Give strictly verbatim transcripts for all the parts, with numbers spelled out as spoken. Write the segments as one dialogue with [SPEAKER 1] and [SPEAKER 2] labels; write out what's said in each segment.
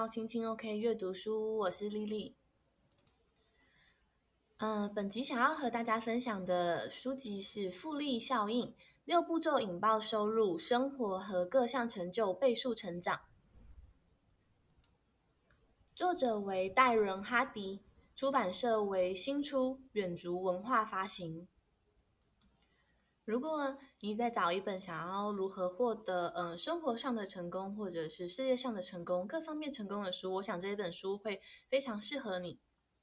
[SPEAKER 1] 到青青 OK 阅读书，我是丽丽。嗯，本集想要和大家分享的书籍是复利效应，六步骤引爆收入、生活和各项成就倍数成长。作者为戴伦·哈迪，出版社为新出远足文化发行。如果你在找一本想要如何获得呃生活上的成功，或者是事业上的成功，各方面成功的书，我想这一本书会非常适合你。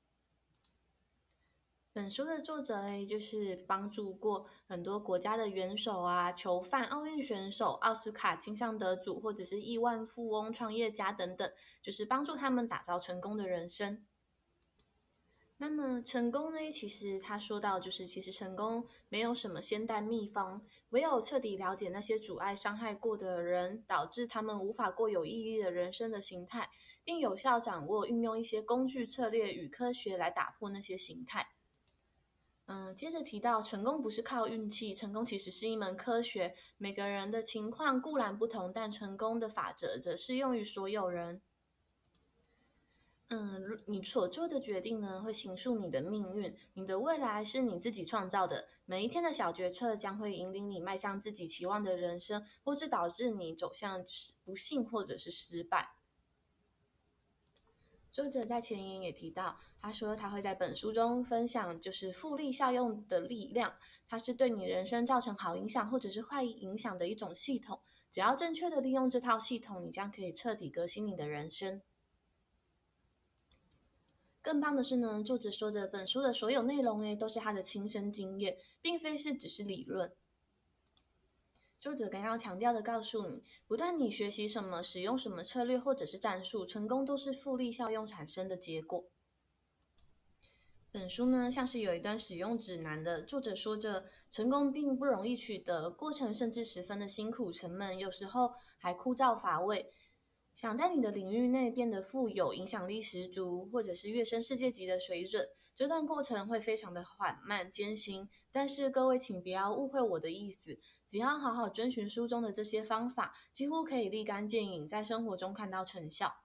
[SPEAKER 1] 本书的作者嘞，就是帮助过很多国家的元首啊、囚犯、奥运选手、奥斯卡金像得主，或者是亿万富翁、创业家等等，就是帮助他们打造成功的人生。那么成功呢？其实他说到，就是其实成功没有什么仙丹秘方，唯有彻底了解那些阻碍、伤害过的人，导致他们无法过有意义的人生的形态，并有效掌握、运用一些工具、策略与科学来打破那些形态。嗯，接着提到，成功不是靠运气，成功其实是一门科学。每个人的情况固然不同，但成功的法则则适用于所有人。嗯，你所做的决定呢，会形塑你的命运。你的未来是你自己创造的，每一天的小决策将会引领你迈向自己期望的人生，或是导致你走向不幸或者是失败。作者在前言也提到，他说他会在本书中分享就是复利效用的力量，它是对你人生造成好影响或者是坏影响的一种系统。只要正确的利用这套系统，你将可以彻底革新你的人生。更棒的是呢，作者说着本书的所有内容诶都是他的亲身经验，并非是只是理论。作者更要强调的告诉你，不断你学习什么，使用什么策略或者是战术，成功都是复利效用产生的结果。本书呢，像是有一段使用指南的，作者说着，成功并不容易取得，过程甚至十分的辛苦沉闷，有时候还枯燥乏味。想在你的领域内变得富有、影响力十足，或者是跃升世界级的水准，这段过程会非常的缓慢艰辛。但是各位请不要误会我的意思，只要好好遵循书中的这些方法，几乎可以立竿见影，在生活中看到成效。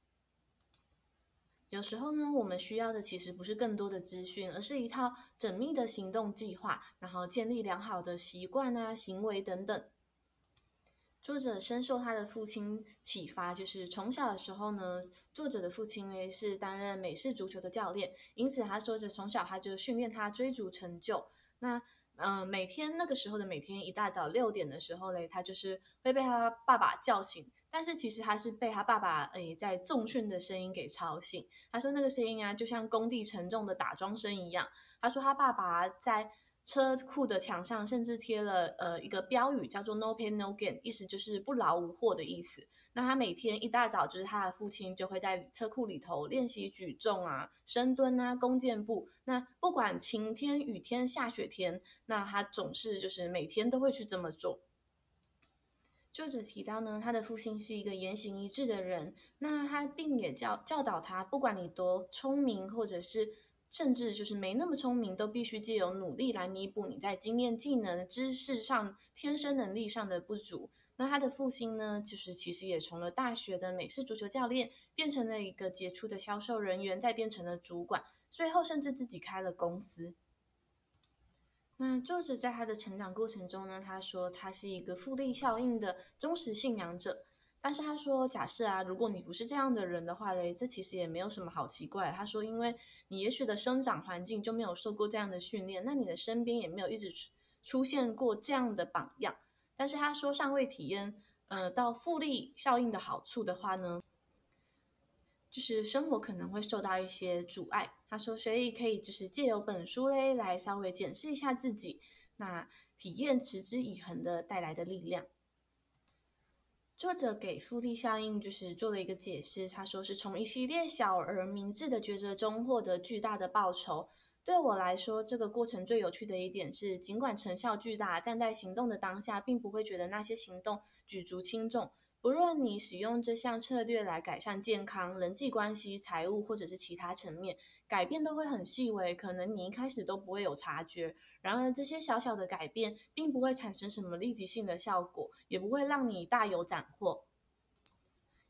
[SPEAKER 1] 有时候呢，我们需要的其实不是更多的资讯，而是一套缜密的行动计划，然后建立良好的习惯啊、行为等等。作者深受他的父亲启发，就是从小的时候呢，作者的父亲呢是担任美式足球的教练，因此他说着从小他就训练他追逐成就。那呃，每天那个时候的每天一大早六点的时候嘞，他就是会被他爸爸叫醒，但是其实他是被他爸爸诶在重训的声音给吵醒。他说那个声音啊，就像工地沉重的打桩声一样。他说他爸爸在车库的墙上甚至贴了呃一个标语，叫做 "No pain no gain"，意思就是不劳无获的意思。那他每天一大早，就是他的父亲就会在车库里头练习举重啊、深蹲啊、弓箭步。那不管晴天、雨天、下雪天，那他总是就是每天都会去这么做。作者提到呢，他的父亲是一个言行一致的人，那他并也教教导他，不管你多聪明，或者是甚至就是没那么聪明，都必须借由努力来弥补你在经验、技能、知识上、天生能力上的不足。那他的父亲呢，就是其实也从了大学的美式足球教练，变成了一个杰出的销售人员，再变成了主管，最后甚至自己开了公司。那作者在他的成长过程中呢，他说他是一个复利效应的忠实信仰者。但是他说，假设啊，如果你不是这样的人的话嘞，这其实也没有什么好奇怪。他说，因为你也许的生长环境就没有受过这样的训练，那你的身边也没有一直出出现过这样的榜样。但是他说，尚未体验呃到复利效应的好处的话呢，就是生活可能会受到一些阻碍。他说，所以可以就是借由本书嘞来稍微检视一下自己，那体验持之以恒的带来的力量。作者给复利效应就是做了一个解释，他说是从一系列小而明智的抉择中获得巨大的报酬。对我来说，这个过程最有趣的一点是，尽管成效巨大，站在行动的当下，并不会觉得那些行动举足轻重。不论你使用这项策略来改善健康、人际关系、财务或者是其他层面，改变都会很细微，可能你一开始都不会有察觉。然而，这些小小的改变并不会产生什么立即性的效果，也不会让你大有斩获。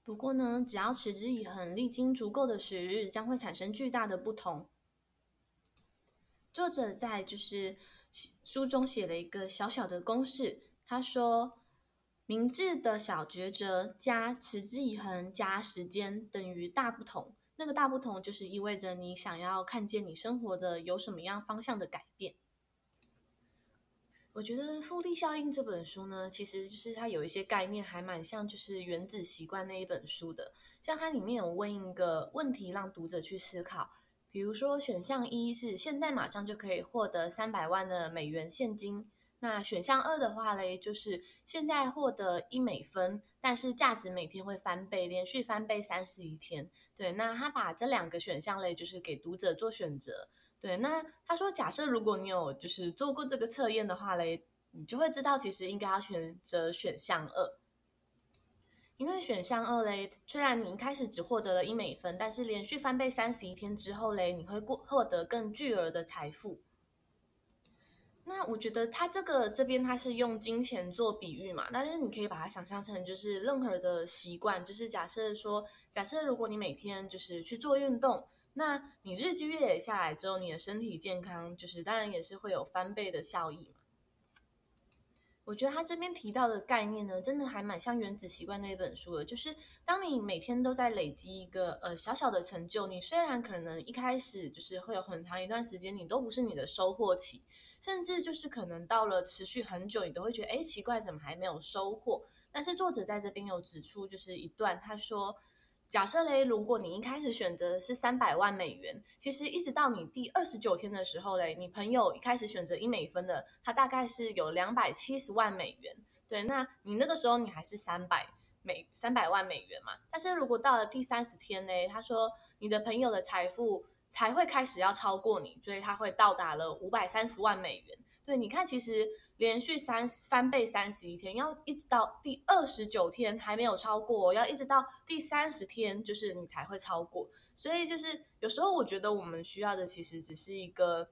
[SPEAKER 1] 不过呢，只要持之以恒，历经足够的时日，将会产生巨大的不同。作者在就是书中写了一个小小的公式，他说，明智的小抉择加持之以恒加时间等于大不同。那个大不同就是意味着你想要看见你生活的有什么样方向的改变。我觉得《复利效应》这本书呢，其实就是它有一些概念还蛮像就是《原子习惯》那一本书的，像它里面有问一个问题让读者去思考，比如说选项一是现在马上就可以获得三百万的美元现金，那选项二的话嘞，就是现在获得一美分，但是价值每天会翻倍，连续翻倍三十一天。对，那他把这两个选项嘞，就是给读者做选择。对，那他说，假设如果你有就是做过这个测验的话嘞，你就会知道其实应该要选择选项二，因为选项二嘞，虽然你一开始只获得了一美分，但是连续翻倍三十一天之后嘞，你会获得更巨额的财富。那我觉得他这个这边他是用金钱做比喻嘛，但是你可以把它想象成就是任何的习惯，就是假设说，假设如果你每天就是去做运动，那你日积月累下来之后，你的身体健康就是当然也是会有翻倍的效益嘛。我觉得他这边提到的概念呢，真的还蛮像《原子习惯》那一本书的，就是当你每天都在累积一个呃小小的成就，你虽然可能一开始就是会有很长一段时间你都不是你的收获期，甚至就是可能到了持续很久，你都会觉得哎奇怪，怎么还没有收获？但是作者在这边有指出，就是一段他说，假设嘞，如果你一开始选择的是三百万美元，其实一直到你第二十九天的时候嘞，你朋友一开始选择一美分的，他大概是有两百七十万美元。对，那你那个时候你还是三百美三百万美元嘛？但是如果到了第三十天呢，他说你的朋友的财富才会开始要超过你，所以他会到达了五百三十万美元。对，你看，其实连续三翻倍三十一天，要一直到第二十九天还没有超过，要一直到第三十天，就是你才会超过。所以就是有时候我觉得我们需要的其实只是一个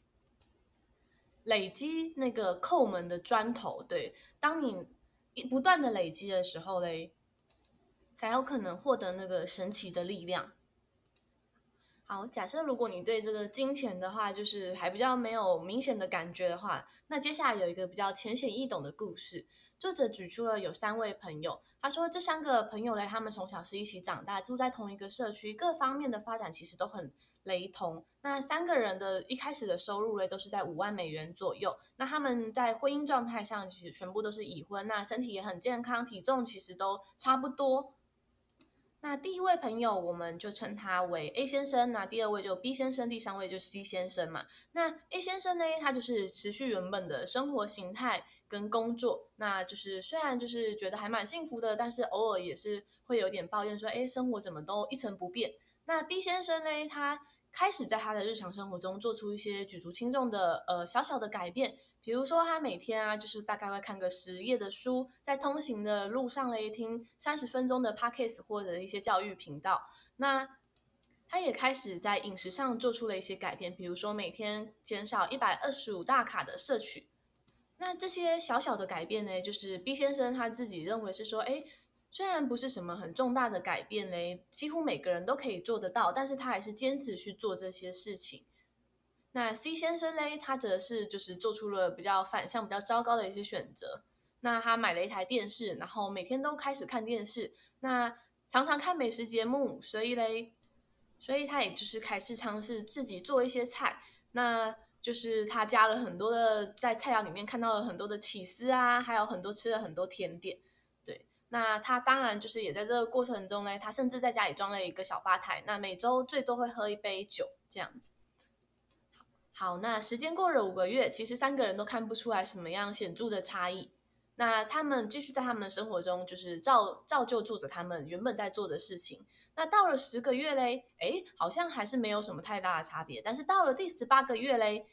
[SPEAKER 1] 累积那个扣门的砖头。对，当你不断的累积的时候嘞，才有可能获得那个神奇的力量。好，假设如果你对这个金钱的话，就是还比较没有明显的感觉的话，那接下来有一个比较浅显易懂的故事。作者举出了有三位朋友，他说这三个朋友嘞，他们从小是一起长大，住在同一个社区，各方面的发展其实都很雷同。那三个人的一开始的收入嘞，都是在五万美元左右。那他们在婚姻状态上其实全部都是已婚，那身体也很健康，体重其实都差不多。那第一位朋友，我们就称他为 A 先生，那第二位就 B 先生，第三位就 C 先生嘛。那 A 先生呢，他就是持续原本的生活形态跟工作，那就是虽然就是觉得还蛮幸福的，但是偶尔也是会有点抱怨说，哎，生活怎么都一成不变。那 B 先生呢，他开始在他的日常生活中做出一些举足轻重的呃小小的改变，比如说，他每天啊，就是大概会看个十页的书，在通行的路上嘞，听三十分钟的 podcast 或者一些教育频道。那他也开始在饮食上做出了一些改变，比如说每天减少一百二十五大卡的摄取。那这些小小的改变呢，就是 B 先生他自己认为是说，哎，虽然不是什么很重大的改变嘞，几乎每个人都可以做得到，但是他还是坚持去做这些事情。那 C 先生嘞，他则是就是做出了比较反向、比较糟糕的一些选择。那他买了一台电视，然后每天都开始看电视，那常常看美食节目，所以嘞，所以他也就是开始尝试自己做一些菜。那就是他加了很多的，在菜肴里面看到了很多的起司啊，还有很多吃了很多甜点。对，那他当然就是也在这个过程中呢，他甚至在家里装了一个小吧台，那每周最多会喝一杯酒这样子。好，那时间过了五个月，其实三个人都看不出来什么样显著的差异。那他们继续在他们的生活中，就是照照旧做着他们原本在做的事情。那到了十个月嘞，诶，好像还是没有什么太大的差别。但是到了第十八个月嘞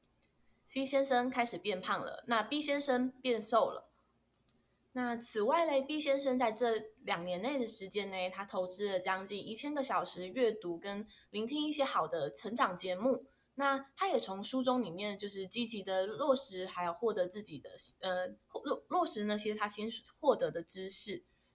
[SPEAKER 1] ，C 先生开始变胖了，那 B 先生变瘦了。那此外嘞，B 先生在这两年内的时间内，他投资了将近一千个小时阅读跟聆听一些好的成长节目。那他也从书中里面就是积极的落实，还有获得自己的呃落落实那些他先获得的知识。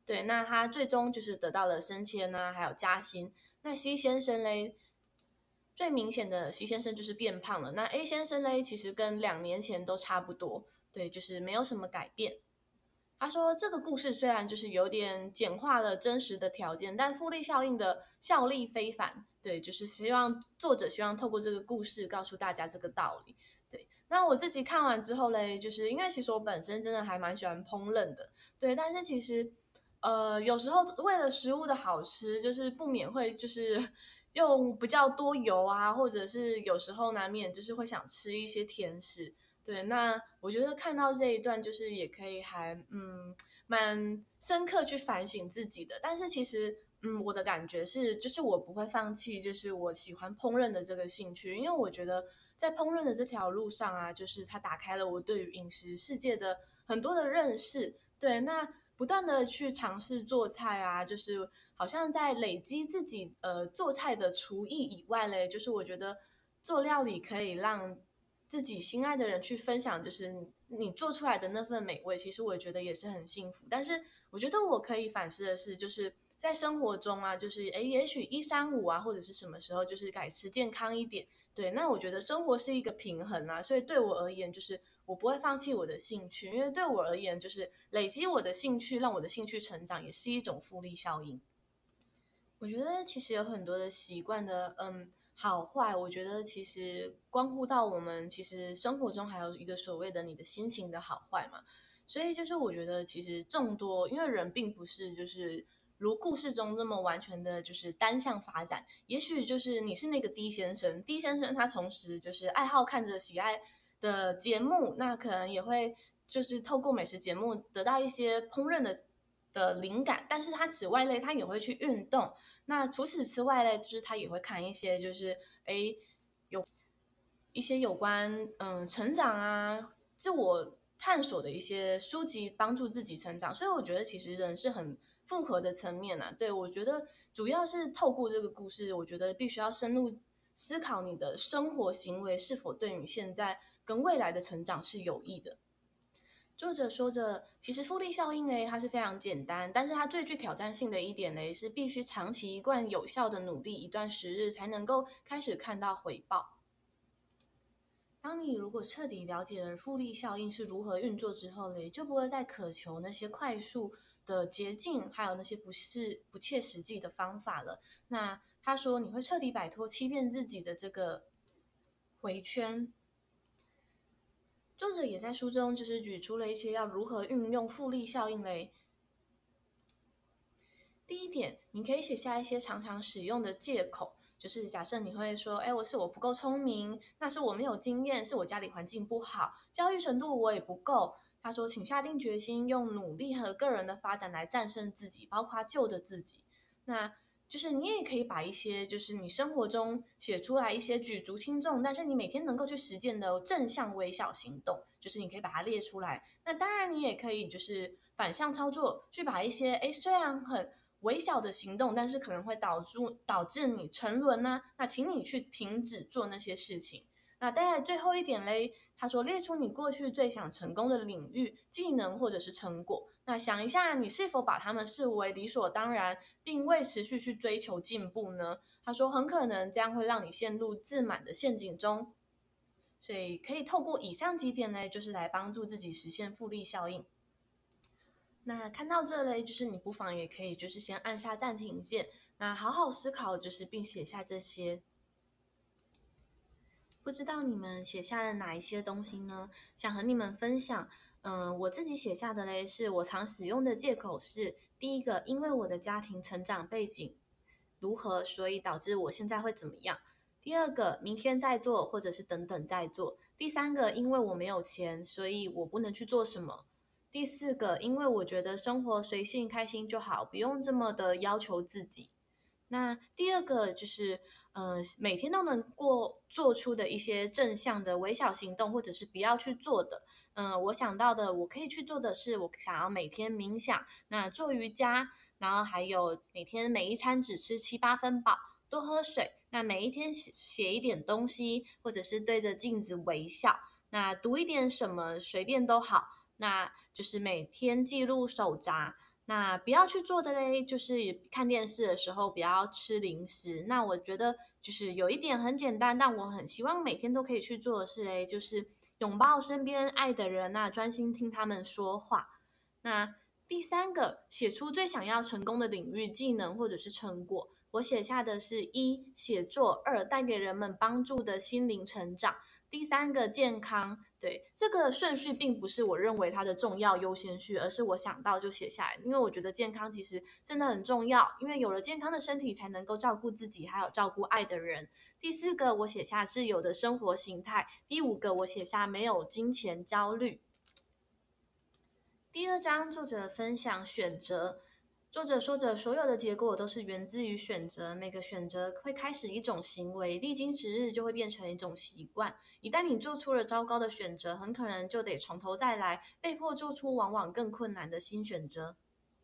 [SPEAKER 1] 对，那他最终就是得到了升迁啊，还有加薪。那 C 先生嘞，最明显的 C 先生就是变胖了。那 A 先生嘞，其实跟两年前都差不多，对，就是没有什么改变。他说，这个故事虽然就是有点简化了真实的条件，但复利效应的效力非凡。对，就是希望作者希望透过这个故事告诉大家这个道理。对，那我自己看完之后嘞，就是因为其实我本身真的还蛮喜欢烹饪的，对，但是其实呃有时候为了食物的好吃，就是不免会就是用比较多油啊，或者是有时候难免就是会想吃一些甜食。对，那我觉得看到这一段，就是也可以还嗯蛮深刻去反省自己的。但是其实嗯我的感觉是，就是我不会放弃，就是我喜欢烹饪的这个兴趣，因为我觉得在烹饪的这条路上啊，就是它打开了我对于饮食世界的很多的认识。对，那不断的去尝试做菜啊，就是好像在累积自己呃做菜的厨艺以外嘞，就是我觉得做料理可以让自己心爱的人去分享，就是你做出来的那份美味，其实我觉得也是很幸福。但是我觉得我可以反思的是，就是在生活中啊，就是诶，也许一三五啊，或者是什么时候，就是改吃健康一点。对，那我觉得生活是一个平衡啊，所以对我而言，就是我不会放弃我的兴趣，因为对我而言，就是累积我的兴趣，让我的兴趣成长，也是一种复利效应。我觉得其实有很多的习惯的，嗯，好坏，我觉得其实关乎到我们其实生活中还有一个所谓的你的心情的好坏嘛。所以就是我觉得其实众多，因为人并不是就是如故事中这么完全的就是单向发展，也许就是你是那个 D 先生，D 先生他同时就是爱好看着喜爱的节目，那可能也会就是透过美食节目得到一些烹饪的的灵感，但是他此外类他也会去运动。那除此之外呢，就是他也会看一些就是诶有一些有关嗯成长啊、自我探索的一些书籍，帮助自己成长。所以我觉得其实人是很复合的层面啊。对，我觉得主要是透过这个故事，我觉得必须要深入思考你的生活行为是否对你现在跟未来的成长是有益的。作者说着，其实复利效应呢，它是非常简单，但是它最具挑战性的一点呢，是必须长期一贯有效的努力一段时日，才能够开始看到回报。当你如果彻底了解了复利效应是如何运作之后嘞，就不会再渴求那些快速的捷径，还有那些不是不切实际的方法了。那他说，你会彻底摆脱欺骗自己的这个回圈。作者也在书中就是举出了一些要如何运用复利效应嘞。第一点，你可以写下一些常常使用的借口，就是假设你会说，哎，我是我不够聪明，那是我没有经验，是我家里环境不好，教育程度我也不够。他说，请下定决心，用努力和个人的发展来战胜自己，包括旧的自己。那就是你也可以把一些就是你生活中写出来一些举足轻重，但是你每天能够去实践的正向微小行动，就是你可以把它列出来。那当然你也可以就是反向操作，去把一些哎虽然很微小的行动，但是可能会导致导致你沉沦呢、啊，那请你去停止做那些事情。那当然最后一点嘞，他说列出你过去最想成功的领域、技能或者是成果。那想一下，你是否把他们视为理所当然，并未持续去追求进步呢？他说很可能这样会让你陷入自满的陷阱中。所以可以透过以上几点呢，就是来帮助自己实现复利效应。那看到这类，就是你不妨也可以就是先按下暂停键，那好好思考，就是并写下这些。不知道你们写下了哪一些东西呢？想和你们分享。嗯、呃，我自己写下的嘞，是我常使用的借口是：第一个，因为我的家庭成长背景如何，所以导致我现在会怎么样；第二个，明天再做，或者是等等再做；第三个，因为我没有钱，所以我不能去做什么；第四个，因为我觉得生活随性开心就好，不用这么的要求自己。那第二个就是，呃，每天都能过做出的一些正向的微小行动，或者是不要去做的。嗯、呃，我想到的，我可以去做的是，我想要每天冥想，那做瑜伽，然后还有每天每一餐只吃七八分饱，多喝水。那每一天写写一点东西，或者是对着镜子微笑，那读一点什么随便都好。那就是每天记录手札。 那不要去做的嘞，就是看电视的时候不要吃零食。那我觉得就是有一点很简单，但我很希望每天都可以去做的事嘞，就是拥抱身边爱的人，那专心听他们说话。那第三个，写出最想要成功的领域、技能或者是成果。我写下的是一写作，二带给人们帮助的心灵成长，第三个健康。对，这个顺序并不是我认为它的重要优先序，而是我想到就写下来，因为我觉得健康其实真的很重要，因为有了健康的身体才能够照顾自己，还有照顾爱的人。第四个我写下自由的生活形态，第五个我写下没有金钱焦虑。第二章作者分享选择，作者说着所有的结果都是源自于选择，每个选择会开始一种行为，历经时日就会变成一种习惯。一旦你做出了糟糕的选择，很可能就得从头再来，被迫做出往往更困难的新选择。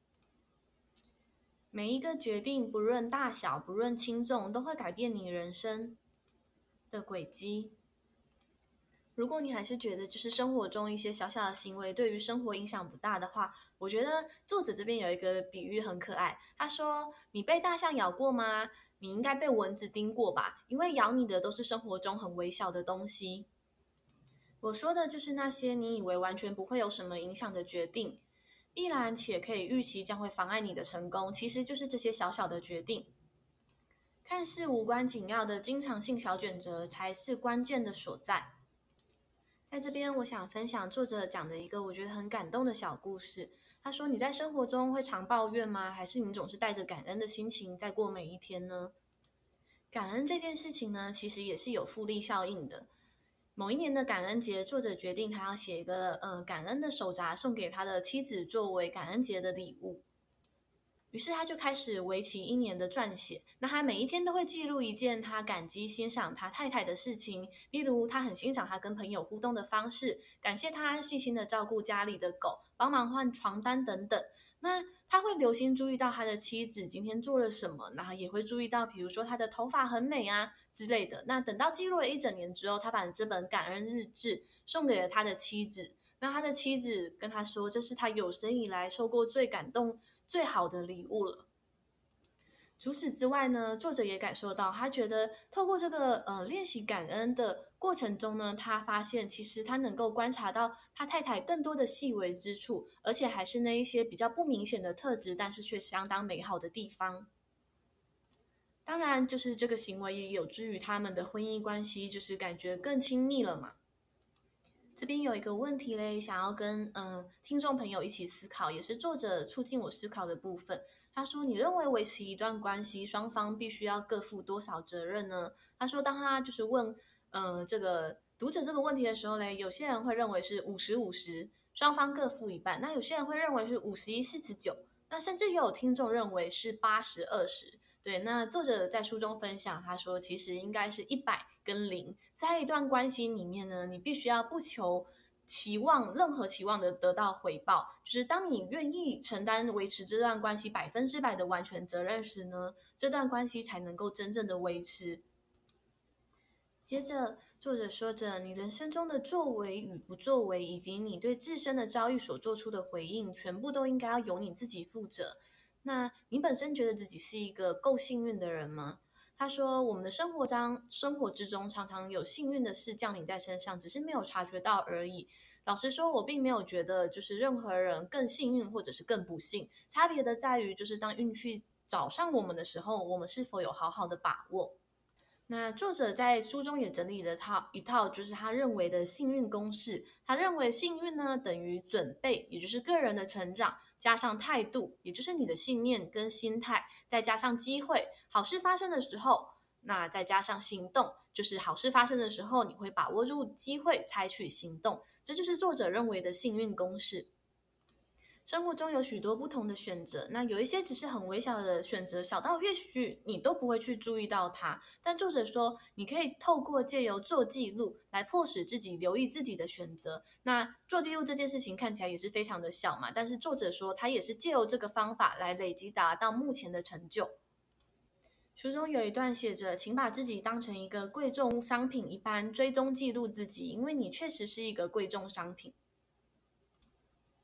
[SPEAKER 1] 每一个决定，不论大小，不论轻重，都会改变你人生的轨迹。如果你还是觉得就是生活中一些小小的行为对于生活影响不大的话，我觉得作者这边有一个比喻很可爱。他说：你被大象咬过吗？你应该被蚊子叮过吧，因为咬你的都是生活中很微小的东西。我说的就是那些你以为完全不会有什么影响的决定，必然且可以预期将会妨碍你的成功，其实就是这些小小的决定。看似无关紧要的经常性小选择才是关键的所在。在这边我想分享作者讲的一个我觉得很感动的小故事。他说，你在生活中会常抱怨吗？还是你总是带着感恩的心情在过每一天呢？感恩这件事情呢，其实也是有复利效应的。某一年的感恩节，作者决定他要写一个呃感恩的手札送给他的妻子作为感恩节的礼物。于是他就开始为期一年的撰写，那他每一天都会记录一件他感激欣赏他太太的事情，例如他很欣赏他跟朋友互动的方式，感谢他细心的照顾家里的狗，帮忙换床单等等。那他会留心注意到他的妻子今天做了什么，然后也会注意到比如说他的头发很美啊之类的。那等到记录了一整年之后，他把这本感恩日志送给了他的妻子，那他的妻子跟他说，这是他有生以来受过最感动最好的礼物了。除此之外呢，作者也感受到，他觉得透过这个呃练习感恩的过程中呢，他发现其实他能够观察到他太太更多的细微之处，而且还是那一些比较不明显的特质，但是却相当美好的地方。当然，就是这个行为也有助于他们的婚姻关系，就是感觉更亲密了嘛。这边有一个问题嘞，想要跟嗯、呃、听众朋友一起思考，也是作者促进我思考的部分。他说：“你认为维持一段关系，双方必须要各负多少责任呢？”他说：“当他就是问呃这个读者这个问题的时候嘞，有些人会认为是五十五十，双方各负一半；那有些人会认为是五十一四十九，那甚至也有听众认为是八十二十。”对，那作者在书中分享，他说其实应该是一百跟零，在一段关系里面呢，你必须要不求期望任何期望的得到回报，就是当你愿意承担维持这段关系百分之百的完全责任时呢，这段关系才能够真正的维持。接着，作者说着，你人生中的作为与不作为，以及你对自身的遭遇所做出的回应，全部都应该要由你自己负责。那你本身觉得自己是一个够幸运的人吗？他说，我们的生活中，生活之中常常有幸运的事降临在身上，只是没有察觉到而已。老实说，我并没有觉得就是任何人更幸运或者是更不幸，差别的在于就是当运气找上我们的时候，我们是否有好好的把握。那作者在书中也整理了套一套，就是他认为的幸运公式。他认为幸运呢等于准备，也就是个人的成长，加上态度，也就是你的信念跟心态，再加上机会，好事发生的时候，那再加上行动，就是好事发生的时候，你会把握住机会，采取行动。这就是作者认为的幸运公式。生活中有许多不同的选择，那有一些只是很微小的选择，小到也许你都不会去注意到它。但作者说，你可以透过借由做记录来迫使自己留意自己的选择。那做记录这件事情看起来也是非常的小嘛，但是作者说他也是借由这个方法来累积达到目前的成就。书中有一段写着，请把自己当成一个贵重商品一般追踪记录自己，因为你确实是一个贵重商品。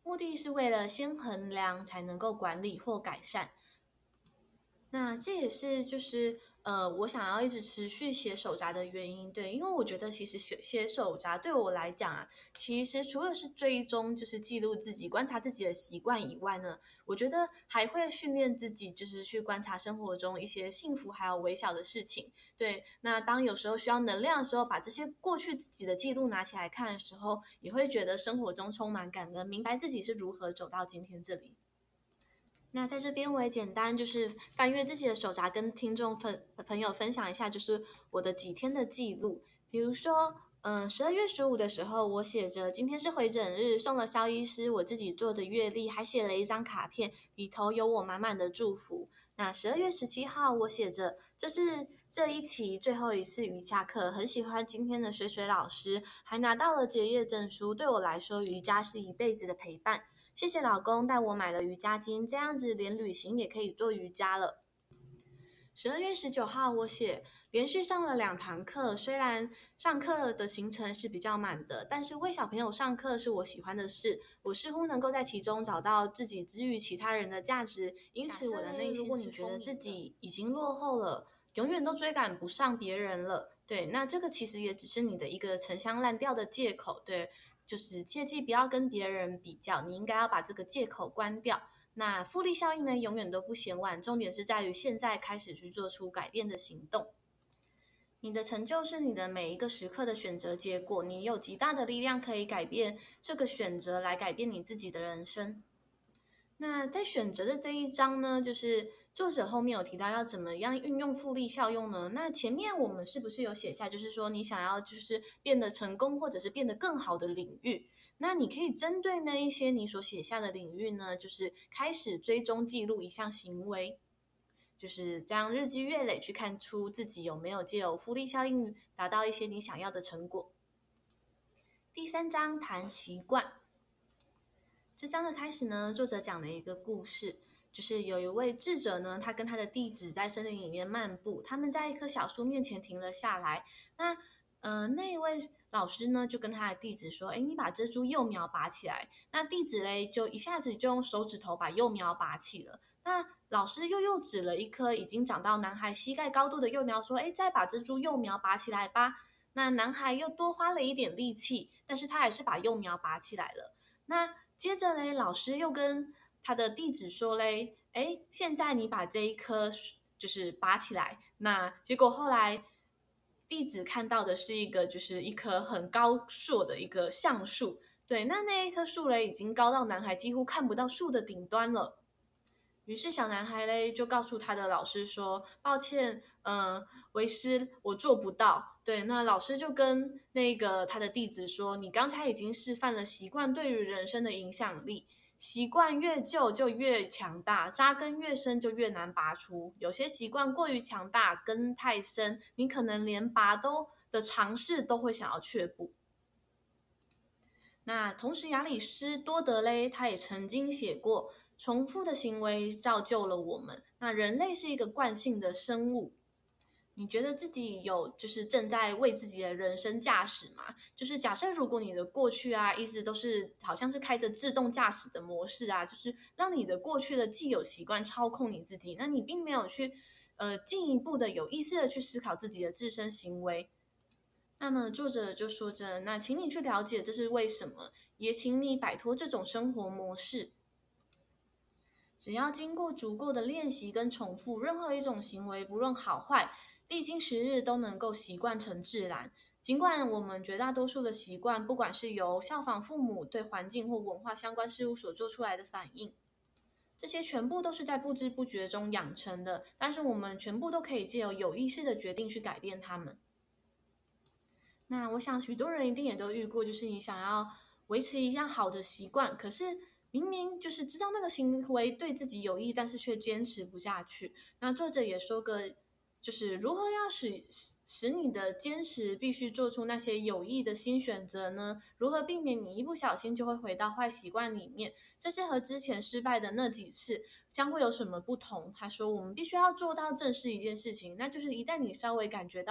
[SPEAKER 1] 目的是为了先衡量才能够管理或改善。那这也是就是呃，我想要一直持续写手札的原因，对，因为我觉得其实写写手札对我来讲啊，其实除了是追踪，就是记录自己、观察自己的习惯以外呢，我觉得还会训练自己，就是去观察生活中一些幸福还有微小的事情。对，那当有时候需要能量的时候，把这些过去自己的记录拿起来看的时候，也会觉得生活中充满感恩，明白自己是如何走到今天这里。那在这边我也简单就是翻阅自己的手札，跟听众分朋友分享一下，就是我的几天的记录。比如说，嗯，十二月十五的时候，我写着今天是回诊日，送了肖医师我自己做的月历，还写了一张卡片，里头有我满满的祝福。那十二月十七号，我写着这是这一期最后一次瑜伽课，很喜欢今天的水水老师，还拿到了结业证书。对我来说，瑜伽是一辈子的陪伴。谢谢老公带我买了瑜伽巾，这样子连旅行也可以做瑜伽了。十二月十九号，我写连续上了两堂课，虽然上课的行程是比较满的，但是为小朋友上课是我喜欢的事，我似乎能够在其中找到自己之于其他人的价值，因此我的内心是，如果你觉得自己已经落后了，永远都追赶不上别人了，对，那这个其实也只是你的一个陈腔滥调的借口，对。就是切记不要跟别人比较，你应该要把这个借口关掉。那复利效应呢，永远都不嫌晚，重点是在于现在开始去做出改变的行动。你的成就是你的每一个时刻的选择结果，你有极大的力量可以改变这个选择，来改变你自己的人生。那在选择的这一章呢，就是作者后面有提到要怎么样运用复利效用呢？那前面我们是不是有写下，就是说你想要就是变得成功或者是变得更好的领域，那你可以针对那一些你所写下的领域呢，就是开始追踪记录一项行为，就是这样日积月累去看出自己有没有借由复利效应达到一些你想要的成果。第三章谈习惯。这章的开始呢，作者讲了一个故事，就是有一位智者呢，他跟他的弟子在森林里面漫步，他们在一棵小树面前停了下来。那呃，那一位老师呢，就跟他的弟子说：“哎，你把这株幼苗拔起来。”那弟子嘞，就一下子就用手指头把幼苗拔起了。那老师又又指了一棵已经长到男孩膝盖高度的幼苗，说：“哎，再把这株幼苗拔起来吧。”那男孩又多花了一点力气，但是他还是把幼苗拔起来了。那接着嘞，老师又跟他的弟子说嘞，哎，现在你把这一棵就是拔起来。那结果后来弟子看到的是一个就是一棵很高硕的一个橡树，对，那那一棵树嘞已经高到男孩几乎看不到树的顶端了。于是小男孩嘞就告诉他的老师说：“抱歉，嗯、呃，为师我做不到。”对，那老师就跟那个他的弟子说：“你刚才已经示范了习惯对于人生的影响力，习惯越旧就越强大，扎根越深就越难拔出。有些习惯过于强大，根太深，你可能连拔都的尝试都会想要却步。”那同时，亚里士多德嘞，他也曾经写过，重复的行为造就了我们。那人类是一个惯性的生物。你觉得自己有就是正在为自己的人生驾驶吗？就是假设如果你的过去啊，一直都是好像是开着自动驾驶的模式啊，就是让你的过去的既有习惯操控你自己，那你并没有去呃进一步的有意识的去思考自己的自身行为。那么作者就说着，那请你去了解这是为什么，也请你摆脱这种生活模式。只要经过足够的练习跟重复，任何一种行为，不论好坏，历经时日都能够习惯成自然。尽管我们绝大多数的习惯，不管是由效仿父母对环境或文化相关事物所做出来的反应，这些全部都是在不知不觉中养成的，但是我们全部都可以借由有意识的决定去改变它们。那我想许多人一定也都遇过，就是你想要维持一样好的习惯，可是明明就是知道那个行为对自己有益，但是却坚持不下去。那作者也说个，就是如何要使使你的坚持必须做出那些有益的新选择呢？如何避免你一不小心就会回到坏习惯里面？这是和之前失败的那几次将会有什么不同？他说，我们必须要做到正视一件事情，那就是一旦你稍微感觉到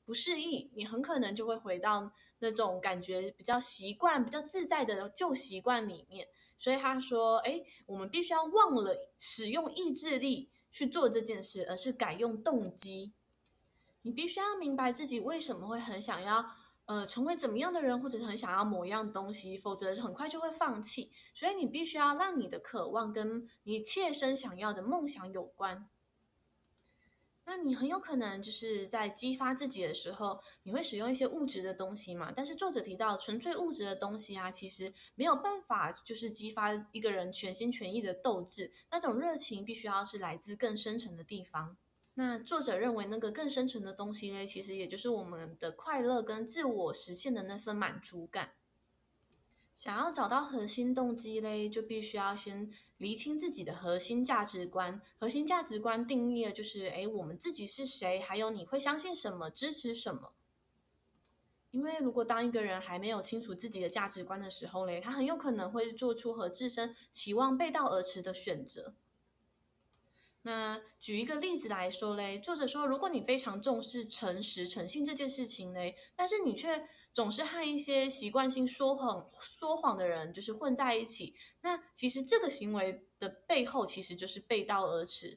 [SPEAKER 1] 不适应，你很可能就会回到那种感觉比较习惯、比较自在的旧习惯里面。所以他说，哎，我们必须要忘了使用意志力去做这件事，而是改用动机。你必须要明白自己为什么会很想要呃成为怎么样的人，或者是很想要某样东西，否则很快就会放弃。所以你必须要让你的渴望跟你切身想要的梦想有关。那你很有可能就是在激发自己的时候，你会使用一些物质的东西嘛？但是作者提到，纯粹物质的东西啊，其实没有办法就是激发一个人全心全意的斗志。那种热情必须要是来自更深层的地方。那作者认为，那个更深层的东西呢，其实也就是我们的快乐跟自我实现的那份满足感。想要找到核心动机嘞，就必须要先厘清自己的核心价值观。核心价值观定义的就是，诶，我们自己是谁，还有你会相信什么，支持什么。因为如果当一个人还没有清楚自己的价值观的时候嘞，他很有可能会做出和自身期望背道而驰的选择。那举一个例子来说嘞，作者说，如果你非常重视诚实、诚信这件事情嘞，但是你却总是和一些习惯性说谎、说谎的人就是混在一起，那其实这个行为的背后其实就是背道而驰。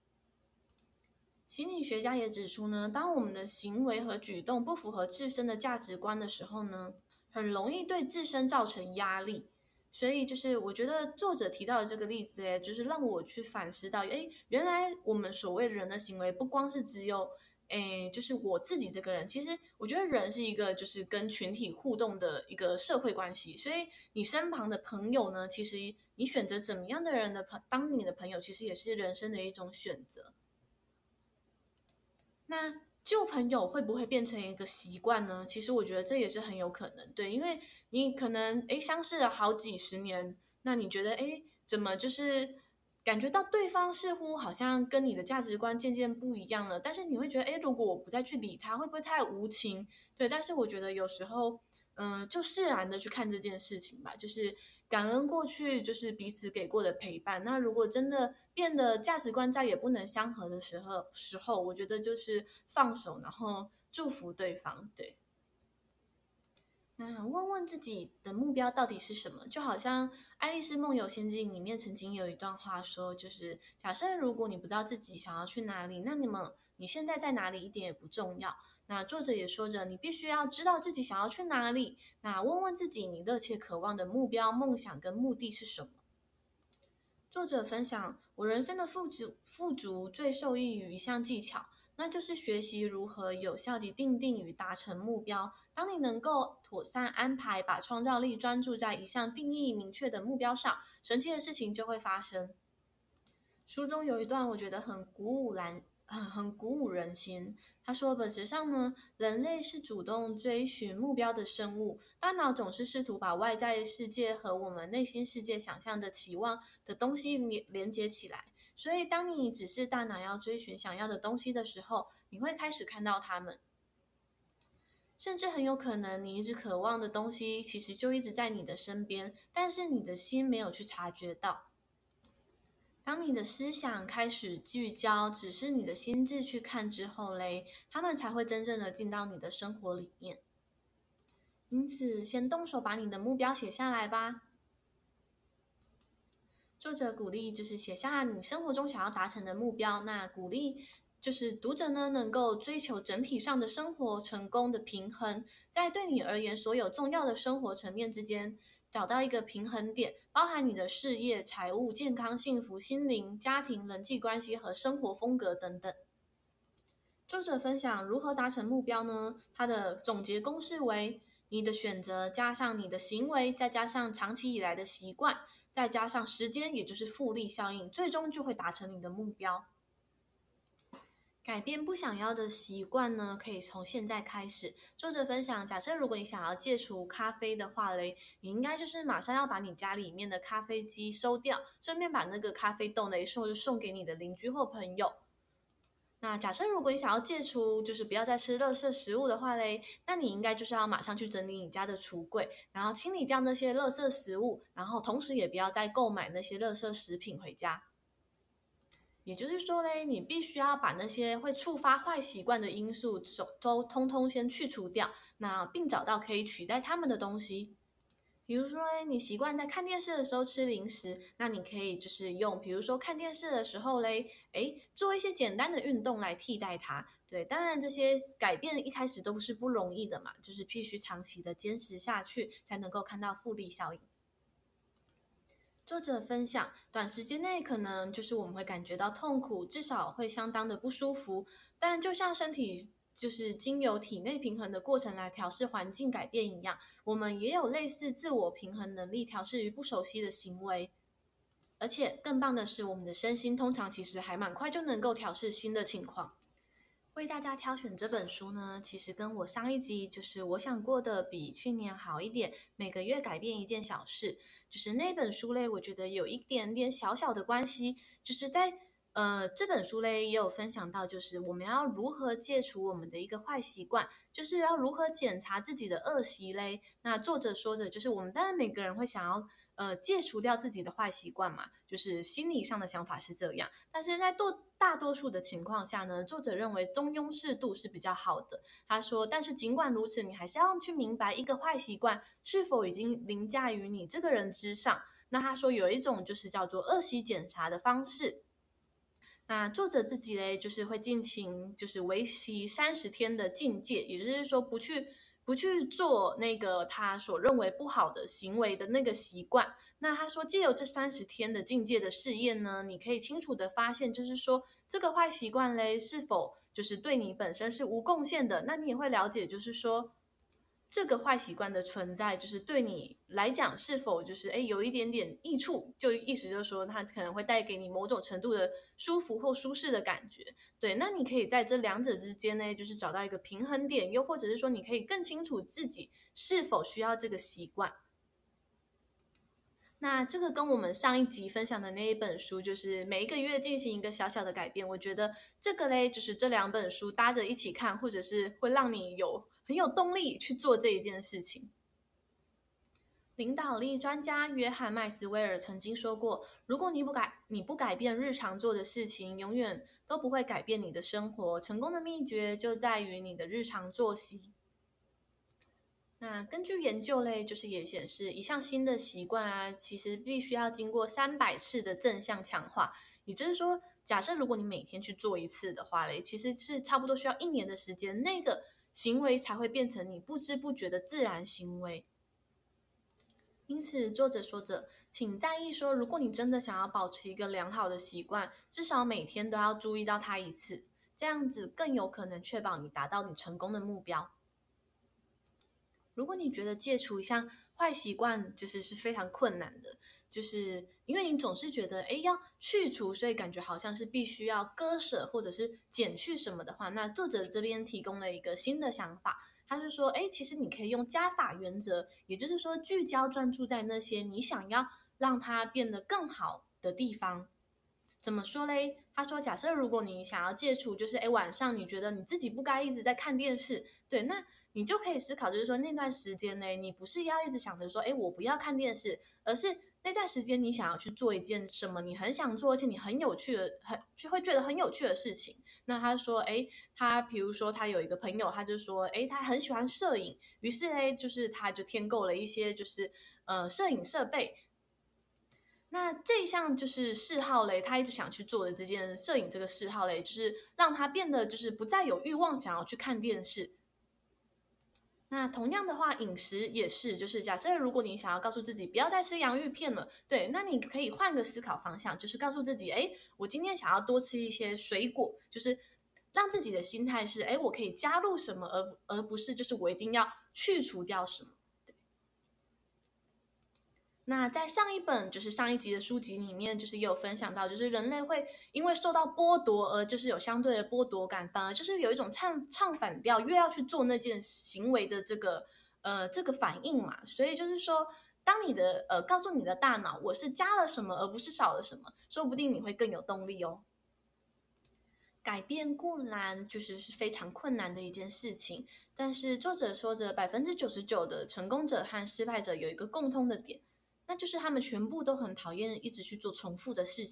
[SPEAKER 1] 心理学家也指出呢，当我们的行为和举动不符合自身的价值观的时候呢，很容易对自身造成压力。所以就是我觉得作者提到的这个例子，哎，就是让我去反思到，哎，原来我们所谓的人的行为，不光是只有，哎，就是我自己这个人。其实我觉得人是一个就是跟群体互动的一个社会关系，所以你身旁的朋友呢，其实你选择怎么样的人的朋当你的朋友，其实也是人生的一种选择。那旧朋友会不会变成一个习惯呢？其实我觉得这也是很有可能，对，因为你可能诶相识了好几十年，那你觉得诶怎么就是感觉到对方似乎好像跟你的价值观渐渐不一样了，但是你会觉得诶如果我不再去理他，会不会太无情？对，但是我觉得有时候，嗯、呃就释然的去看这件事情吧，就是感恩过去就是彼此给过的陪伴。那如果真的变得价值观再也不能相合的时候，时候我觉得就是放手，然后祝福对方。对，那问问自己的目标到底是什么？就好像《爱丽丝梦游仙境》里面曾经有一段话说，就是假设如果你不知道自己想要去哪里，那你们你现在在哪里一点也不重要。那作者也说着，你必须要知道自己想要去哪里。那问问自己，你热切渴望的目标、梦想跟目的是什么？作者分享，我人生的富足富足最受益于一项技巧，那就是学习如何有效地定定与达成目标。当你能够妥善安排，把创造力专注在一项定义明确的目标上，神奇的事情就会发生。书中有一段我觉得很鼓舞人，很很鼓舞人心。他说，本质上呢，人类是主动追寻目标的生物，大脑总是试图把外在世界和我们内心世界想象的期望的东西连连接起来。所以，当你只是大脑要追寻想要的东西的时候，你会开始看到它们。甚至很有可能，你一直渴望的东西，其实就一直在你的身边，但是你的心没有去察觉到。当你的思想开始聚焦，只是你的心智去看之后嘞，他们才会真正的进到你的生活里面。因此，先动手把你的目标写下来吧。作者鼓励就是写下你生活中想要达成的目标，那鼓励就是读者呢能够追求整体上的生活成功的平衡，在对你而言所有重要的生活层面之间找到一个平衡点，包含你的事业、财务、健康、幸福、心灵、家庭、人际关系和生活风格等等。作者分享如何达成目标呢？他的总结公式为：你的选择加上你的行为，再加上长期以来的习惯，再加上时间，也就是复利效应，最终就会达成你的目标。改变不想要的习惯呢，可以从现在开始。作者分享，假设如果你想要戒除咖啡的话嘞，你应该就是马上要把你家里面的咖啡机收掉，顺便把那个咖啡豆呢送送给你的邻居或朋友。那假设如果你想要戒除，就是不要再吃垃圾食物的话嘞，那你应该就是要马上去整理你家的橱柜，然后清理掉那些垃圾食物，然后同时也不要再购买那些垃圾食品回家。 也就是说嘞，你必须要把那些会触发坏习惯的因素都都通通先去除掉，那并找到可以取代它们的东西。比如说，你习惯在看电视的时候吃零食，那你可以就是用，比如说看电视的时候嘞，诶，做一些简单的运动来替代它。对，当然这些改变一开始都是不容易的嘛，就是必须长期的坚持下去，才能够看到复利效应。作者分享，短时间内可能就是我们会感觉到痛苦，至少会相当的不舒服。但就像身体就是经由体内平衡的过程来调试环境改变一样，我们也有类似自我平衡能力调试于不熟悉的行为。而且更棒的是，我们的身心通常其实还蛮快就能够调试新的情况。为大家挑选这本书呢，其实跟我上一集就是我想过的比去年好一点，每个月改变一件小事，就是那本书类，我觉得有一点点小小的关系，就是在呃这本书类也有分享到，就是我们要如何戒除我们的一个坏习惯，就是要如何检查自己的恶习嘞。那作者说着，就是我们当然每个人会想要呃戒除掉自己的坏习惯嘛，就是心理上的想法是这样，但是在多大多数的情况下呢，作者认为中庸适度是比较好的。他说，但是尽管如此，你还是要去明白一个坏习惯是否已经凌驾于你这个人之上。那他说有一种就是叫做恶习检查的方式。那作者自己嘞，就是会进行就是为期三十天的禁戒，也就是说不去不去做那个他所认为不好的行为的那个习惯。那他说，借由这三十天的境界的试验呢，你可以清楚的发现，就是说这个坏习惯嘞是否就是对你本身是无贡献的。那你也会了解，就是说这个坏习惯的存在，就是对你来讲是否就是诶有一点点益处，就意思就是说它可能会带给你某种程度的舒服或舒适的感觉。对，那你可以在这两者之间呢，就是找到一个平衡点，又或者是说你可以更清楚自己是否需要这个习惯。那这个跟我们上一集分享的那一本书，就是每一个月进行一个小小的改变。我觉得这个嘞，就是这两本书搭着一起看，或者是会让你有很有动力去做这一件事情。领导力专家约翰麦斯威尔曾经说过：“如果你不改，你不改变日常做的事情，永远都不会改变你的生活。成功的秘诀就在于你的日常作息。”那根据研究嘞，就是也显示，一项新的习惯啊，其实必须要经过三百次的正向强化。也就是说，假设如果你每天去做一次的话嘞，其实是差不多需要一年的时间，那个行为才会变成你不知不觉的自然行为。因此，作者说着，请在意说，如果你真的想要保持一个良好的习惯，至少每天都要注意到它一次，这样子更有可能确保你达到你成功的目标。如果你觉得戒除一项坏习惯就是是非常困难的，就是因为你总是觉得，哎，要去除，所以感觉好像是必须要割舍或者是减去什么的话，那作者这边提供了一个新的想法，他是说，哎，其实你可以用加法原则，也就是说聚焦专注在那些你想要让它变得更好的地方。怎么说嘞？他说，假设如果你想要戒除，就是哎晚上你觉得你自己不该一直在看电视，对，那你就可以思考，就是说那段时间呢，你不是要一直想着说，哎，我不要看电视，而是那段时间你想要去做一件什么你很想做，而且你很有趣的，很就会觉得很有趣的事情。那他说，哎，他比如说他有一个朋友，他就说，哎，他很喜欢摄影，于是哎，就是他就添购了一些就是呃摄影设备。那这一项就是嗜好嘞，他一直想去做的这件摄影这个嗜好嘞，就是让他变得就是不再有欲望想要去看电视。那同样的话，饮食也是，就是假设如果你想要告诉自己不要再吃洋芋片了，对，那你可以换个思考方向，就是告诉自己，哎，我今天想要多吃一些水果，就是让自己的心态是，哎，我可以加入什么，而而不是就是我一定要去除掉什么。那在上一本就是上一集的书籍里面，就是也有分享到，就是人类会因为受到剥夺而就是有相对的剥夺感，反而就是有一种唱唱反调，越要去做那件行为的这个呃这个反应嘛。所以就是说，当你的呃告诉你的大脑我是加了什么，而不是少了什么，说不定你会更有动力哦。改变固然就是是非常困难的一件事情，但是作者说着百分之九十九的成功者和失败者有一个共通的点，那就是他们全部都很讨厌一直去做重复的事情。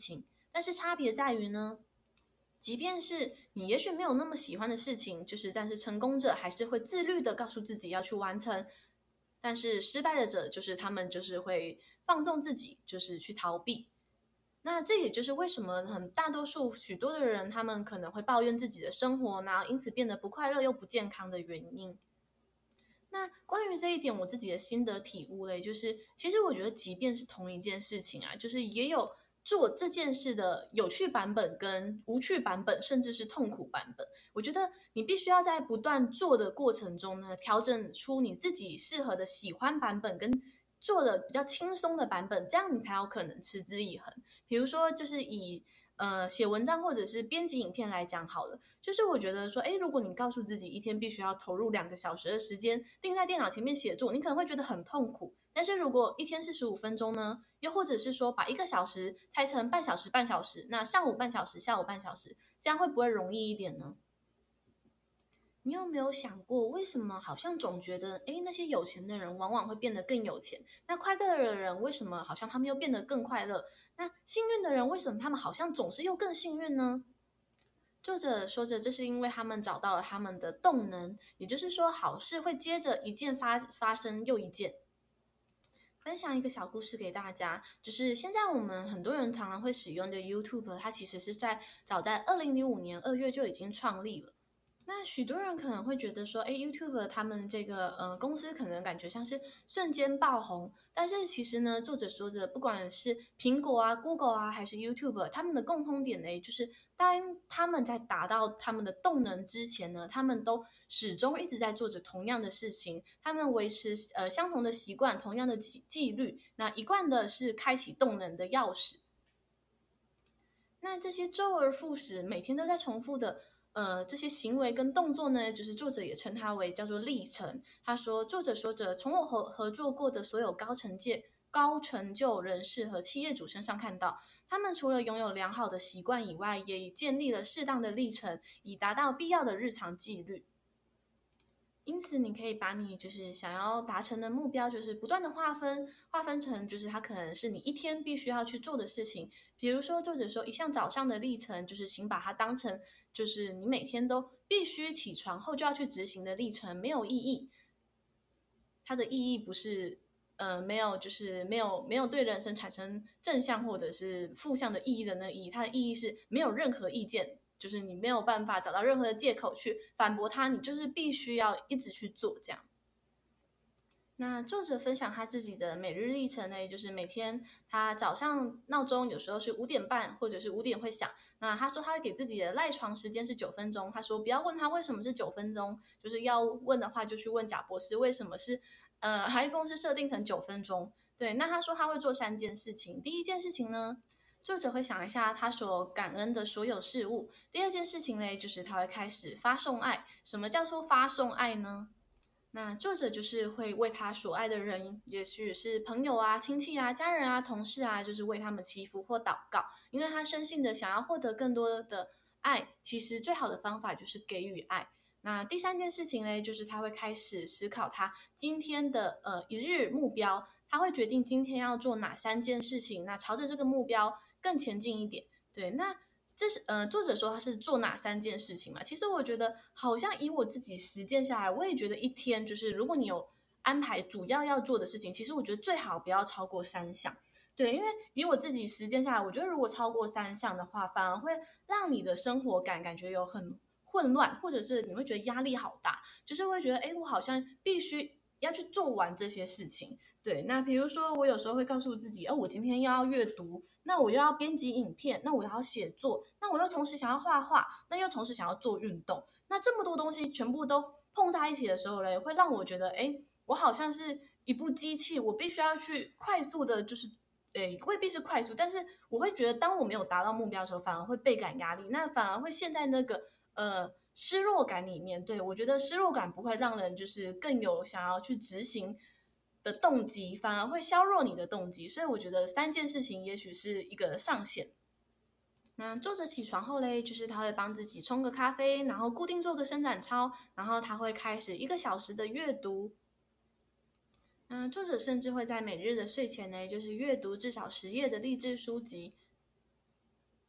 [SPEAKER 1] 但是差别在于呢，即便是你也许没有那么喜欢的事情，就是但是成功者还是会自律的告诉自己要去完成，但是失败的者就是他们就是会放纵自己，就是去逃避。那这也就是为什么很大多数许多的人，他们可能会抱怨自己的生活，然后因此变得不快乐又不健康的原因。那关于这一点，我自己的心得体悟嘞，就是其实我觉得，即便是同一件事情啊，就是也有做这件事的有趣版本跟无趣版本，甚至是痛苦版本。我觉得你必须要在不断做的过程中呢，调整出你自己适合的喜欢版本跟做的比较轻松的版本，这样你才有可能持之以恒。比如说，就是以呃写文章或者是编辑影片来讲好了。就是我觉得说，诶，如果你告诉自己一天必须要投入两个小时的时间定在电脑前面写作，你可能会觉得很痛苦。但是如果一天是十五分钟呢？又或者是说把一个小时拆成半小时、半小时，那上午半小时、下午半小时，这样会不会容易一点呢？你有没有想过，为什么好像总觉得，诶，那些有钱的人往往会变得更有钱？那快乐的人为什么好像他们又变得更快乐？那幸运的人为什么他们好像总是又更幸运呢？作者说着，这是因为他们找到了他们的动能，也就是说，好事会接着一件发发生又一件。分享一个小故事给大家，就是现在我们很多人常常会使用的 YouTube，它其实是在早在二零零五年二月就已经创立了。那许多人可能会觉得说，哎，YouTube 他们这个呃公司可能感觉像是瞬间爆红，但是其实呢，作者说着，不管是苹果啊、Google 啊，还是 YouTube，他们的共通点呢，就是当他们在达到他们的动能之前呢，他们都始终一直在做着同样的事情，他们维持呃相同的习惯、同样的纪纪律，那一贯的是开启动能的钥匙。那这些周而复始，每天都在重复的，呃，这些行为跟动作呢，就是作者也称它为叫做历程。他说，作者说着，从我合合作过的所有高成界、高成就人士和企业主身上看到，他们除了拥有良好的习惯以外，也建立了适当的历程，以达到必要的日常纪律。因此，你可以把你就是想要达成的目标，就是不断的划分，划分成就是它可能是你一天必须要去做的事情。比如说，作者说一项早上的历程，就是请把它当成就是你每天都必须起床后就要去执行的历程，没有意义。它的意义不是呃没有就是没有没有对人生产生正向或者是负向的意义的那个意义，它的意义是没有任何意见，就是你没有办法找到任何的借口去反驳它，你就是必须要一直去做这样。那作者分享他自己的每日历程呢，也就是每天他早上闹钟有时候是五点半或者是五点会响。那他说他会给自己的赖床时间是九分钟。他说不要问他为什么是九分钟，就是要问的话就去问贾博士为什么是呃 iPhone 是设定成九分钟。对，那他说他会做三件事情。第一件事情呢，作者会想一下他所感恩的所有事物。第二件事情呢，就是他会开始发送爱。什么叫做发送爱呢？那作者就是会为他所爱的人，也许是朋友啊、亲戚啊、家人啊、同事啊，就是为他们祈福或祷告，因为他深信的想要获得更多的爱，其实最好的方法就是给予爱。那第三件事情呢，就是他会开始思考他今天的呃一日目标，他会决定今天要做哪三件事情，那朝着这个目标更前进一点。对，那这是呃，作者说他是做哪三件事情嘛？其实我觉得，好像以我自己实践下来，我也觉得一天就是如果你有安排主要要做的事情，其实我觉得最好不要超过三项。对，因为以我自己实践下来，我觉得如果超过三项的话，反而会让你的生活感感觉有很混乱，或者是你会觉得压力好大，就是会觉得，哎，我好像必须要去做完这些事情。对，那比如说我有时候会告诉自己，哦，我今天要阅读，那我又要编辑影片，那我要写作，那我又同时想要画画，那又同时想要做运动，那这么多东西全部都碰在一起的时候呢，会让我觉得，哎，我好像是一部机器，我必须要去快速的，就是，诶，未必是快速，但是我会觉得，当我没有达到目标的时候，反而会倍感压力，那反而会陷在那个呃失落感里面。对，我觉得失落感不会让人就是更有想要去执行的动机，反而会削弱你的动机。所以我觉得三件事情也许是一个上限。那作者起床后嘞，就是他会帮自己冲个咖啡，然后固定做个伸展操，然后他会开始一个小时的阅读。嗯，作者甚至会在每日的睡前呢，就是阅读至少十页的励志书籍。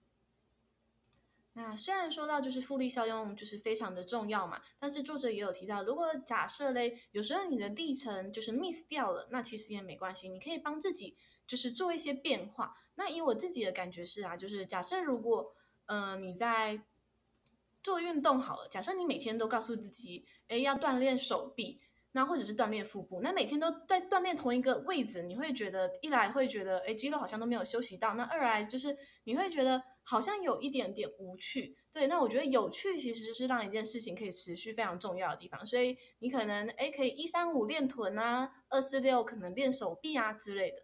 [SPEAKER 1] 那虽然说到就是复利效用就是非常的重要嘛，但是作者也有提到，如果假设嘞，有时候你的历程就是 miss 掉了，那其实也没关系，你可以帮自己就是做一些变化。那以我自己的感觉是啊，就是假设如果呃你在做运动好了，假设你每天都告诉自己，哎，要锻炼手臂，那或者是锻炼腹部，那每天都在锻炼同一个位置，你会觉得一来会觉得，哎，肌肉好像都没有休息到，那二来就是你会觉得好像有一点点无趣。对，那我觉得有趣其实就是让一件事情可以持续非常重要的地方，所以你可能哎可以一三五练臀啊，二四六可能练手臂啊之类的。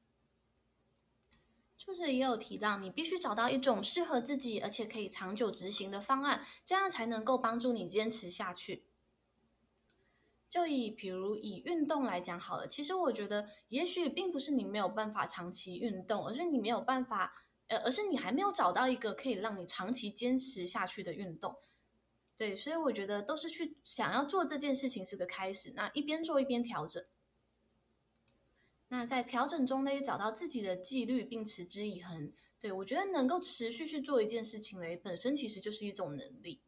[SPEAKER 1] 就是也有提到，你必须找到一种适合自己而且可以长久执行的方案，这样才能够帮助你坚持下去。就以比如以运动来讲好了，其实我觉得也许并不是你没有办法长期运动，而是你没有办法，呃，而是你还没有找到一个可以让你长期坚持下去的运动。对，所以我觉得都是去想要做这件事情是个开始，那一边做一边调整。那在调整中呢，找到自己的纪律并持之以恒。对，我觉得能够持续去做一件事情嘞，本身其实就是一种能力。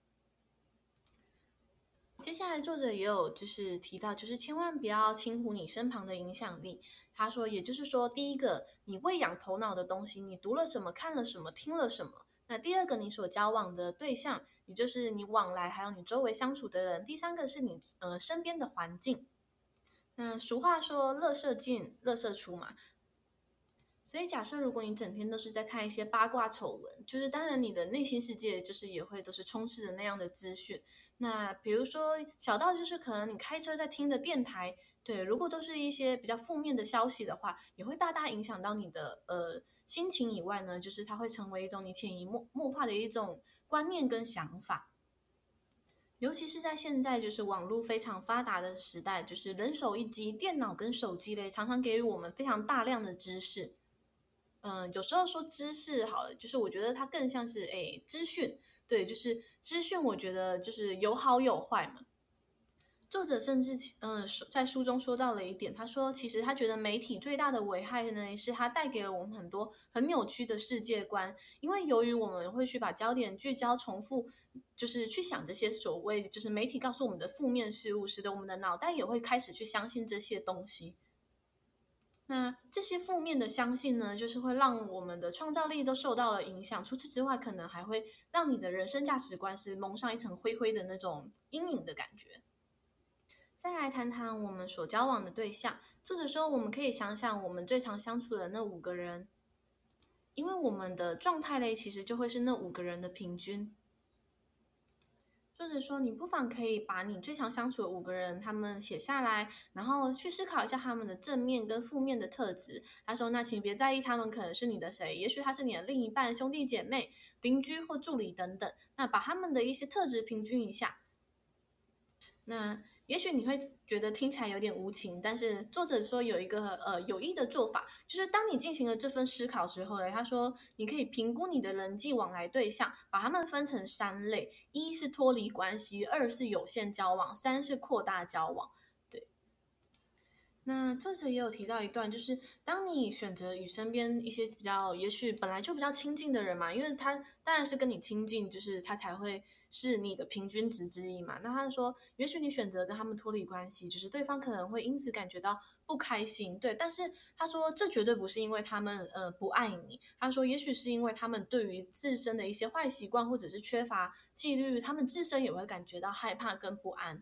[SPEAKER 1] 接下来作者也有就是提到，就是千万不要轻忽你身旁的影响力。他说，也就是说，第一个，你喂养头脑的东西，你读了什么，看了什么，听了什么。那第二个，你所交往的对象，也就是你往来还有你周围相处的人。第三个是你呃身边的环境。那俗话说，垃圾进，垃圾出嘛。所以假设如果你整天都是在看一些八卦丑闻，就是当然你的内心世界就是也会都是充斥着那样的资讯。那比如说小到就是可能你开车在听的电台，对，如果都是一些比较负面的消息的话，也会大大影响到你的呃心情以外呢，就是它会成为一种你潜移默默化的一种观念跟想法。尤其是在现在就是网络非常发达的时代，就是人手一机，电脑跟手机嘞，常常给予我们非常大量的知识。嗯，有时候说知识好了，就是我觉得它更像是诶资讯，对，就是资讯，我觉得就是有好有坏嘛。作者甚至嗯、呃、在书中说到了一点，他说其实他觉得媒体最大的危害呢，是它带给了我们很多很扭曲的世界观，因为由于我们会去把焦点聚焦、重复，就是去想这些所谓就是媒体告诉我们的负面事物，使得我们的脑袋也会开始去相信这些东西。那这些负面的相信呢，就是会让我们的创造力都受到了影响。除此之外，可能还会让你的人生价值观是蒙上一层灰灰的那种阴影的感觉。再来谈谈我们所交往的对象。作者说，我们可以想想我们最常相处的那五个人，因为我们的状态类其实就会是那五个人的平均。作者说，你不妨可以把你最常相处的五个人，他们写下来，然后去思考一下他们的正面跟负面的特质。他说，那请别在意他们可能是你的谁，也许他是你的另一半、兄弟姐妹、邻居或助理等等。那把他们的一些特质平均一下。那也许你会觉得听起来有点无情，但是作者说有一个呃有益的做法，就是当你进行了这份思考之后呢，他说你可以评估你的人际往来对象，把它们分成三类：一是脱离关系，二是有限交往，三是扩大交往。对，那作者也有提到一段，就是当你选择与身边一些比较，也许本来就比较亲近的人嘛，因为他当然是跟你亲近，就是他才会是你的平均值之一嘛。那他说，也许你选择跟他们脱离关系，就是对方可能会因此感觉到不开心，对。但是他说，这绝对不是因为他们呃不爱你，他说，也许是因为他们对于自身的一些坏习惯或者是缺乏纪律，他们自身也会感觉到害怕跟不安。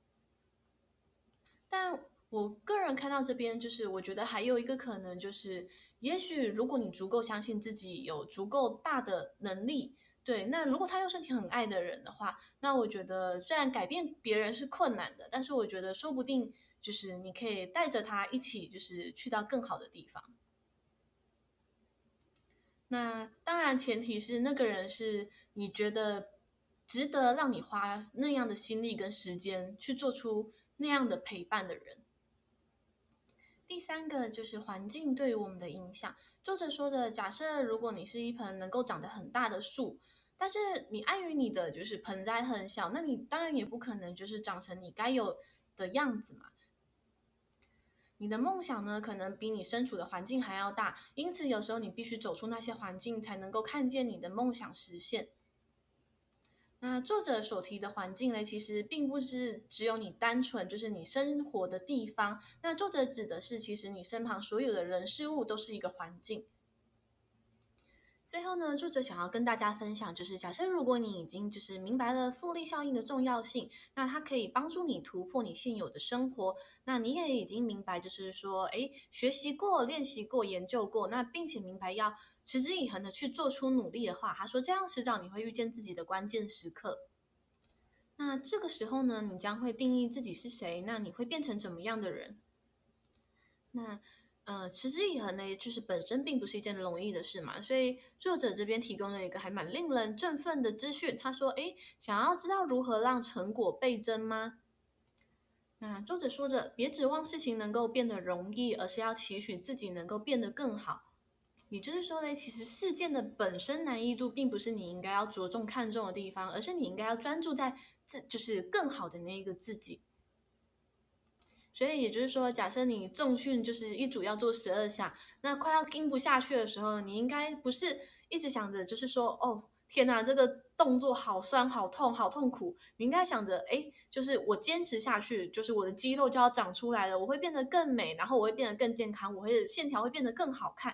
[SPEAKER 1] 但我个人看到这边，就是我觉得还有一个可能，就是也许如果你足够相信自己有足够大的能力，对，那如果他又是你很爱的人的话，那我觉得虽然改变别人是困难的，但是我觉得说不定就是你可以带着他一起，就是去到更好的地方。那当然前提是那个人是你觉得值得让你花那样的心力跟时间去做出那样的陪伴的人。第三个就是环境对于我们的影响。作者说的，假设如果你是一盆能够长得很大的树，但是你碍于你的就是盆栽很小，那你当然也不可能就是长成你该有的样子嘛。你的梦想呢，可能比你身处的环境还要大，因此有时候你必须走出那些环境，才能够看见你的梦想实现。 那作者所提的环境呢，其实并不是只有你单纯就是你生活的地方，那作者指的是其实你身旁所有的人事物都是一个环境。最后呢，作者想要跟大家分享，就是假设如果你已经就是明白了复利效应的重要性，那它可以帮助你突破你现有的生活。那你也已经明白，就是说，诶，学习过、练习过、研究过，那并且明白要持之以恒的去做出努力的话，他说这样迟早你会遇见自己的关键时刻。那这个时候呢，你将会定义自己是谁，那你会变成怎么样的人？那呃，持之以恒呢，就是本身并不是一件容易的事嘛，所以作者这边提供了一个还蛮令人振奋的资讯。他说：“诶，想要知道如何让成果倍增吗？”那作者说着，别指望事情能够变得容易，而是要期许自己能够变得更好。也就是说呢，其实事件的本身难易度并不是你应该要着重看重的地方，而是你应该要专注在自，就是更好的那一个自己。所以也就是说，假设你重训就是一组要做十二下，那快要盯不下去的时候，你应该不是一直想着就是说，哦，天哪，这个动作好酸、好痛、好痛苦。你应该想着，哎，就是我坚持下去，就是我的肌肉就要长出来了，我会变得更美，然后我会变得更健康，我会线条会变得更好看。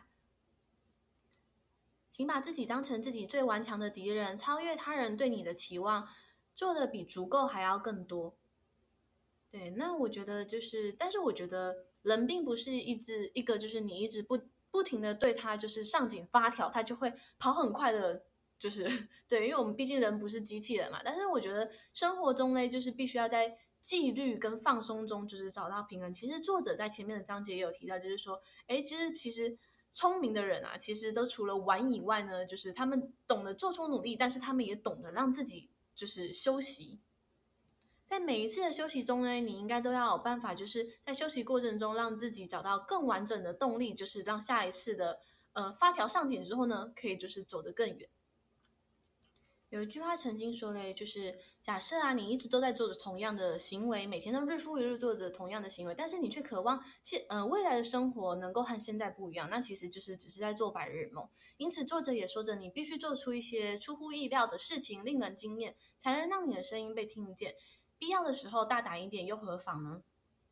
[SPEAKER 1] 请把自己当成自己最顽强的敌人，超越他人对你的期望，做的比足够还要更多。对，那我觉得就是，但是我觉得人并不是一直一个，就是你一直不不停的对他就是上紧发条，他就会跑很快的，就是对，因为我们毕竟人不是机器人嘛。但是我觉得生活中呢，就是必须要在纪律跟放松中，就是找到平衡。其实作者在前面的章节也有提到，就是说，哎，其实其实聪明的人啊，其实都除了玩以外呢，就是他们懂得做出努力，但是他们也懂得让自己就是休息。在每一次的休息中呢，你应该都要有办法，就是在休息过程中让自己找到更完整的动力，就是让下一次的呃发条上紧之后呢，可以就是走得更远。有一句话曾经说嘞，就是假设啊，你一直都在做着同样的行为，每天都日复一日做着同样的行为，但是你却渴望现呃未来的生活能够和现在不一样，那其实就是只是在做白日梦。因此，作者也说着，你必须做出一些出乎意料的事情，令人惊艳，才能让你的声音被听见。必要的时候大胆一点又何妨呢？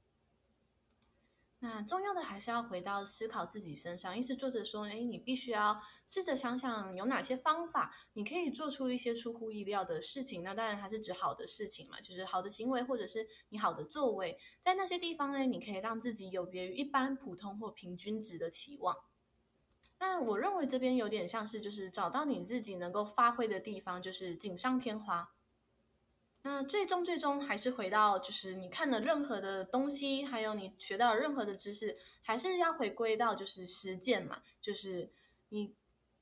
[SPEAKER 1] 那重要的还是要回到思考自己身上。因此，作者说，哎，你必须要试着想想有哪些方法，你可以做出一些出乎意料的事情。那当然，它是指好的事情嘛，就是好的行为或者是你好的作为，在那些地方呢，你可以让自己有别于一般普通或平均值的期望。那我认为这边有点像是，就是找到你自己能够发挥的地方，就是锦上添花。那最终最终还是回到，就是你看了任何的东西，还有你学到了任何的知识，还是要回归到就是实践嘛，就是你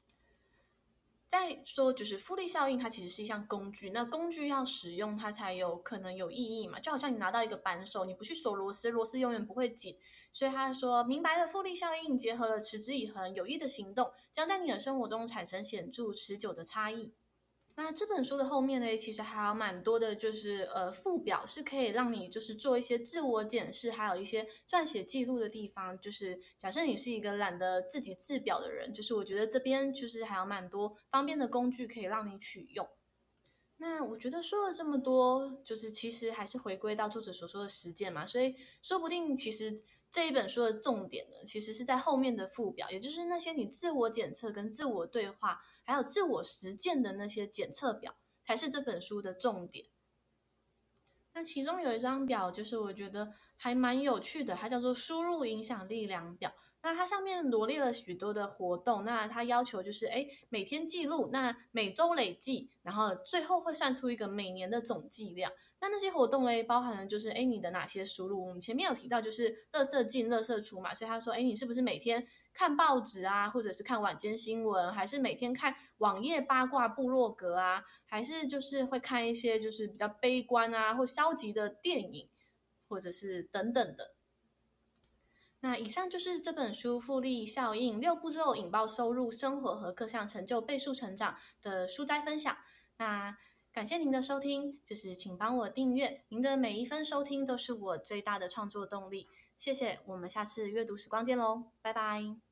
[SPEAKER 1] 再说就是复利效应，它其实是一项工具，那工具要使用它才有可能有意义嘛，就好像你拿到一个扳手，你不去锁螺丝，螺丝永远不会紧。所以他说，明白了复利效应，结合了持之以恒有益的行动，将在你的生活中产生显著持久的差异。那这本书的后面呢，其实还有蛮多的，就是呃附表是可以让你就是做一些自我检视，还有一些撰写记录的地方。就是假设你是一个懒得自己制表的人，就是我觉得这边就是还有蛮多方便的工具可以让你取用。那我觉得说了这么多，就是其实还是回归到作者所说的实践嘛，所以说不定其实这一本书的重点呢，其实是在后面的附表，也就是那些你自我检测跟自我对话，还有自我实践的那些检测表，才是这本书的重点。那其中有一张表，就是我觉得还蛮有趣的，它叫做输入影响力量表。那它上面罗列了许多的活动，那它要求就是，哎，每天记录，那每周累计，然后最后会算出一个每年的总计量。那那些活动嘞，包含了就是，哎，你的哪些输入？我们前面有提到，就是垃圾进、垃圾出嘛，所以他说，哎，你是不是每天看报纸啊，或者是看晚间新闻，还是每天看网页八卦部落格啊，还是就是会看一些就是比较悲观啊或消极的电影，或者是等等的。那以上就是这本书复利效应六步骤引爆收入、生活和各项成就倍数成长的书摘分享。那感谢您的收听，就是请帮我订阅，您的每一分收听都是我最大的创作动力。谢谢，我们下次阅读时光见喽，拜拜。